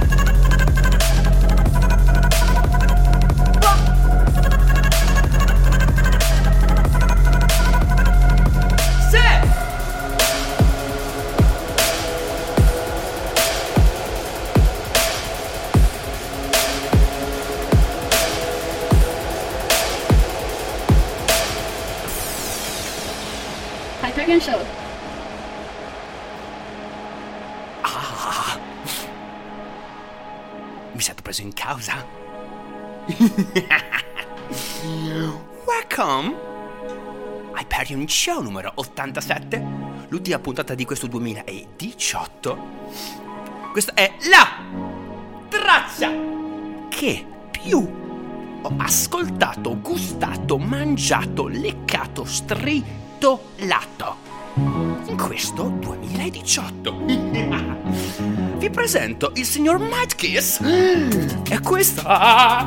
Hyperion Show. Mi sento preso in causa. Welcome Hyperion Show numero ottantasette, l'ultima puntata di questo duemiladiciotto. Questa è la traccia che più ho ascoltato, gustato, mangiato, leccato, stritolato in questo duemiladiciotto. Vi presento il signor Mightkiss e questa ah,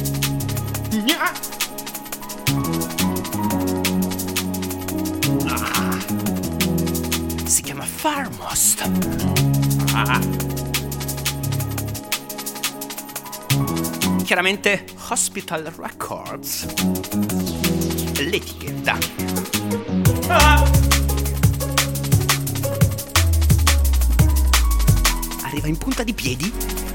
si chiama Farmost. Ah. Chiaramente Hospital Records, l'etichetta. Ah. Arriva in punta di piedi.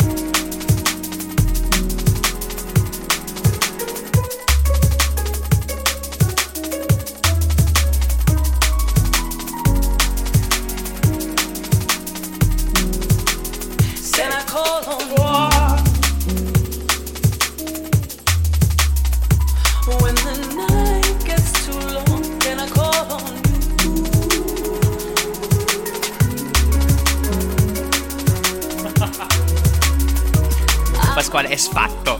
Pasquale è sfatto.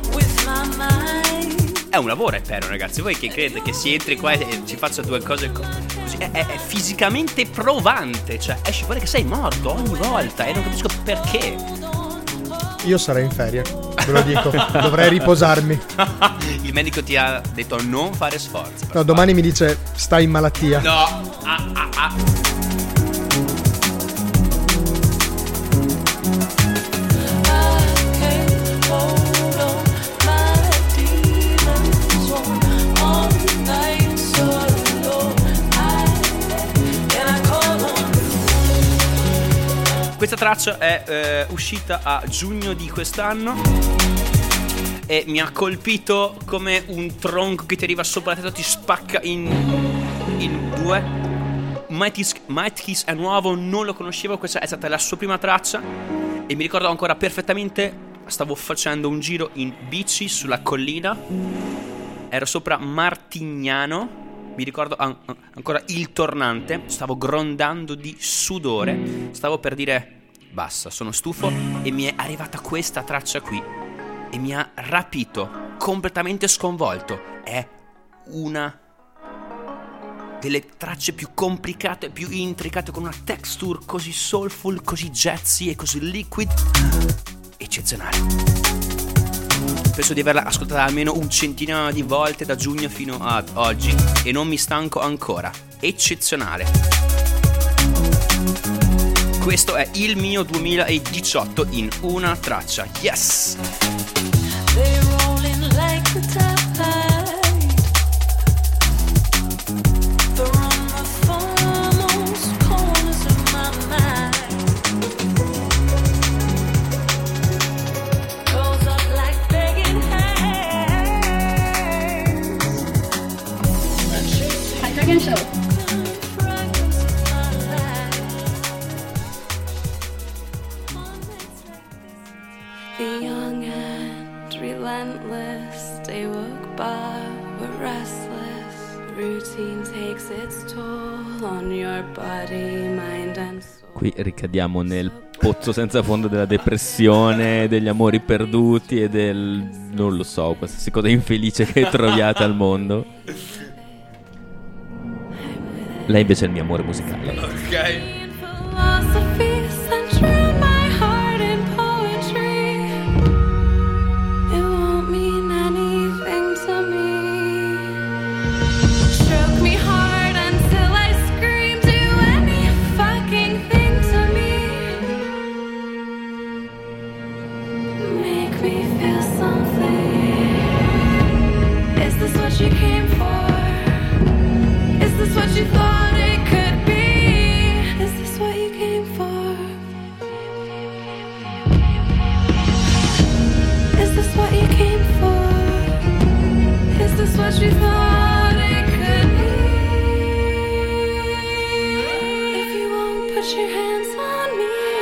È un lavoro, è vero, ragazzi. Voi che credete che si entri qua e ci faccia due cose così? È, è, è fisicamente provante. Cioè, esci fuori che sei morto ogni volta e non capisco perché. Io sarei in ferie, ve lo dico. Dovrei riposarmi. Il medico ti ha detto non fare sforzi. No, domani mi dice stai in malattia. No. Ah, ah, ah. Questa traccia è eh, uscita a giugno di quest'anno e mi ha colpito come un tronco che ti arriva sopra la testa, ti spacca in, in due. Mightkiss è nuovo, non lo conoscevo, questa è stata la sua prima traccia e mi ricordo ancora perfettamente, stavo facendo un giro in bici sulla collina, ero sopra Martignano. Mi ricordo an- ancora il tornante, stavo grondando di sudore, stavo per dire basta, sono stufo e mi è arrivata questa traccia qui e mi ha rapito, completamente sconvolto. È una delle tracce più complicate, più intricate, con una texture così soulful, così jazzy e così liquid, eccezionale. Penso di averla ascoltata almeno un centinaio di volte da giugno fino ad oggi e non mi stanco ancora. Eccezionale. Questo è il mio duemiladiciotto in una traccia. Yes! Show. The young and relentless, they look back but restless. Routine takes its toll on your body, mind and soul. Qui ricadiamo nel pozzo senza fondo della depressione, degli amori perduti e del, non lo so, qualsiasi cosa infelice che troviate al mondo. Lei invece è il mio amore musicale. Ok.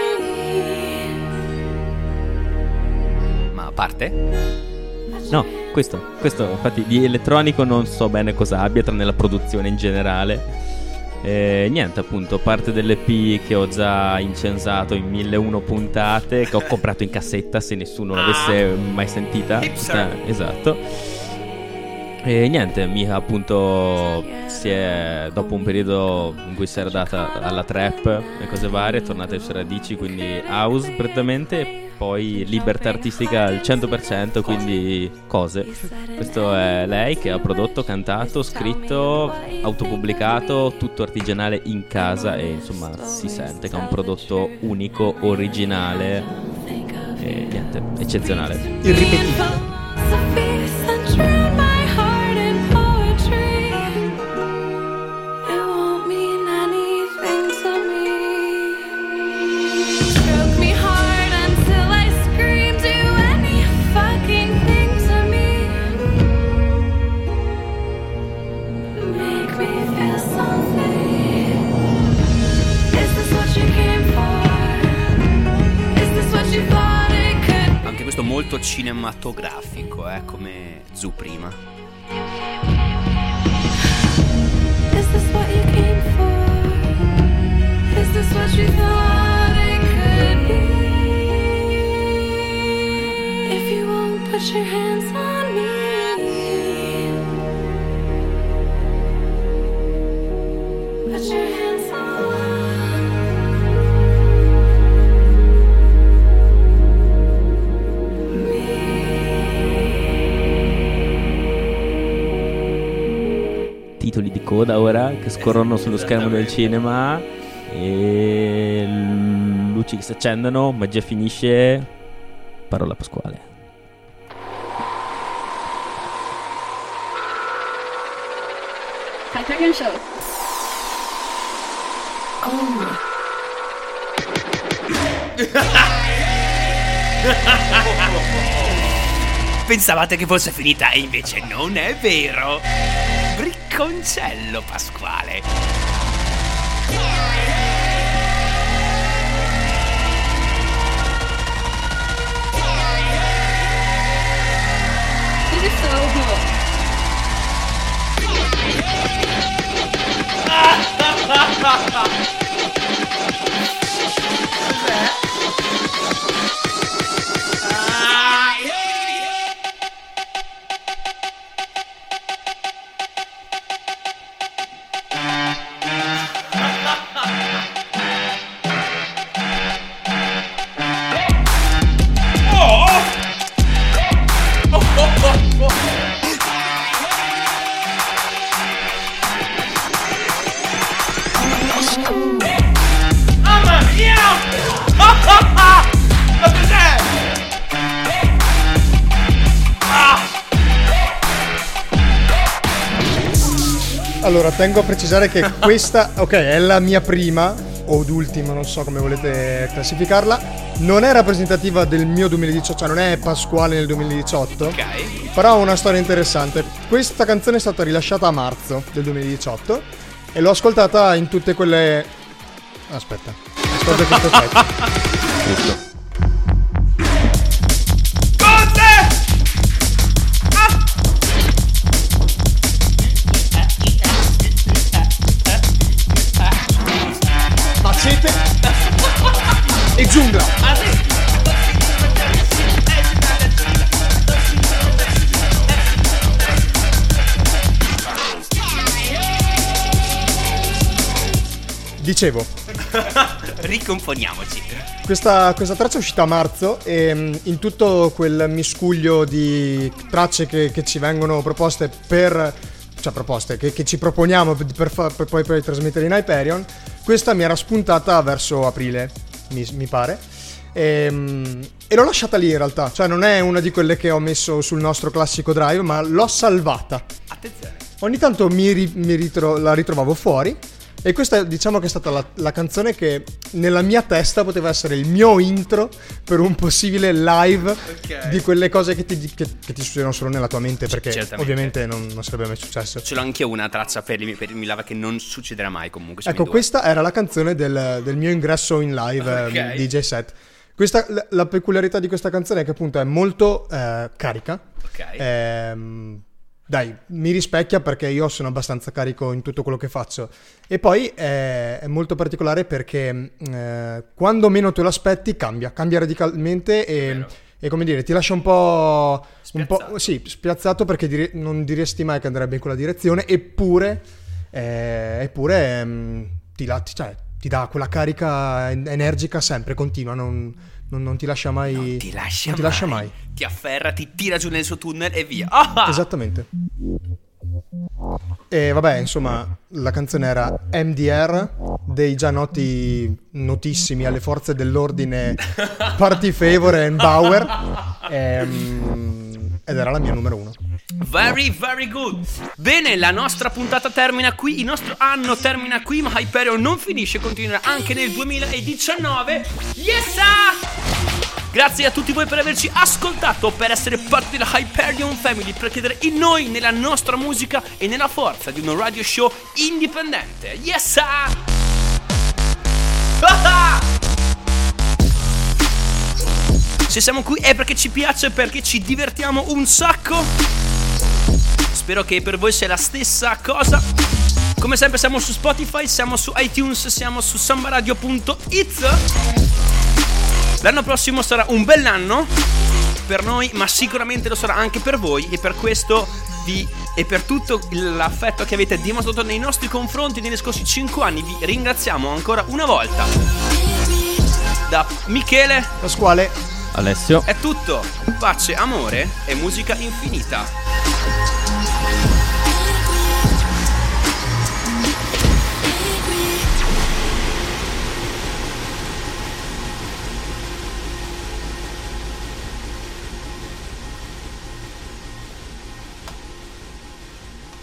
Ma a parte? No. questo, questo, infatti di elettronico non so bene cosa abbia, tranne la produzione in generale. Eh, niente, appunto, parte dell'E P che ho già incensato in mille e uno puntate, che ho comprato in cassetta se nessuno l'avesse mai sentita. Eh, esatto. E niente, mi appunto si è, dopo un periodo in cui si era data alla trap e cose varie, è tornata ai suoi radici, quindi house prettamente, e poi libertà artistica al cento per cento, quindi cose. Questo è lei che ha prodotto, cantato, scritto, autopubblicato, tutto artigianale in casa, e insomma si sente che è un prodotto unico, originale e niente, eccezionale. Irripetibile. Molto cinematografico, eh, come Zu prima. Is this what you came for? Is this what you thought it could be? If you won't put your hands on me, put your hands on titoli di coda ora che scorrono sullo schermo del cinema e luci che si accendono, magia finisce, parola pasquale. Hyperion Show. oh. Pensavate che fosse finita e invece non è vero. Bricconcello Pasquale. This is so cool. Allora, tengo a precisare che questa, ok, è la mia prima o d'ultima, non so come volete classificarla. Non è rappresentativa del mio duemiladiciotto, cioè non è Pasquale nel duemiladiciotto. Ok. Però ha una storia interessante. Questa canzone è stata rilasciata a marzo del duemiladiciotto e l'ho ascoltata in tutte quelle... Aspetta, aspetta che aspetta. Giusto. Macete e giungla. Dicevo, Ricomponiamoci. Questa, questa traccia è uscita a marzo e mh, in tutto quel miscuglio di tracce che, che ci vengono proposte per... cioè proposte che, che ci proponiamo per, per, fa, per poi per trasmettere in Hyperion, questa mi era spuntata verso aprile, mi, mi pare, e, mh, e l'ho lasciata lì in realtà, cioè non è una di quelle che ho messo sul nostro classico drive, ma l'ho salvata. Attenzione. Ogni tanto mi, ri, mi ritro, la ritrovavo fuori. E questa diciamo che è stata la, la canzone che nella mia testa poteva essere il mio intro per un possibile live, okay, di quelle cose che ti, che, che ti succedono solo nella tua mente, perché certamente ovviamente non, non sarebbe mai successo. Ce l'ho anche io una traccia per il, per il live che non succederà mai comunque. Ecco, questa era la canzone del, del mio ingresso in live, okay, D J set. Questa, la, la peculiarità di questa canzone è che appunto è molto eh, carica. Ok. Ehm, dai, mi rispecchia perché io sono abbastanza carico in tutto quello che faccio. E poi è, è molto particolare perché eh, quando meno te lo aspetti cambia, cambia radicalmente e, e come dire, ti lascia un po', un po' sì, spiazzato perché dire, non diresti mai che andrebbe in quella direzione, eppure, eh, eppure mh, ti, la, cioè, ti dà quella carica energica sempre, continua, non, non, non ti lascia mai. Non ti lascia, non ti mai. lascia mai. Ti afferra, ti tira giù nel suo tunnel e via. Ah! Esattamente. E vabbè, insomma, la canzone era M D R dei già noti, notissimi alle forze dell'ordine Party Favor and Bauer, ehm, ed era la mia numero uno. Very, very good. Bene, la nostra puntata termina qui, il nostro anno termina qui, ma Hyperion non finisce, continuerà anche nel duemiladiciannove. Yes! Grazie a tutti voi per averci ascoltato, per essere parte della Hyperion Family, per credere in noi, nella nostra musica e nella forza di uno radio show indipendente. Yes! Se siamo qui è perché ci piace, perché ci divertiamo un sacco. Spero che per voi sia la stessa cosa. Come sempre siamo su Spotify, siamo su iTunes, siamo su sambaradio punto it. L'anno prossimo sarà un bell'anno per noi, ma sicuramente lo sarà anche per voi, e per questo vi e per tutto l'affetto che avete dimostrato nei nostri confronti negli scorsi cinque anni vi ringraziamo ancora una volta. Da Michele, Pasquale, Alessio. è tutto. Pace, amore e musica infinita.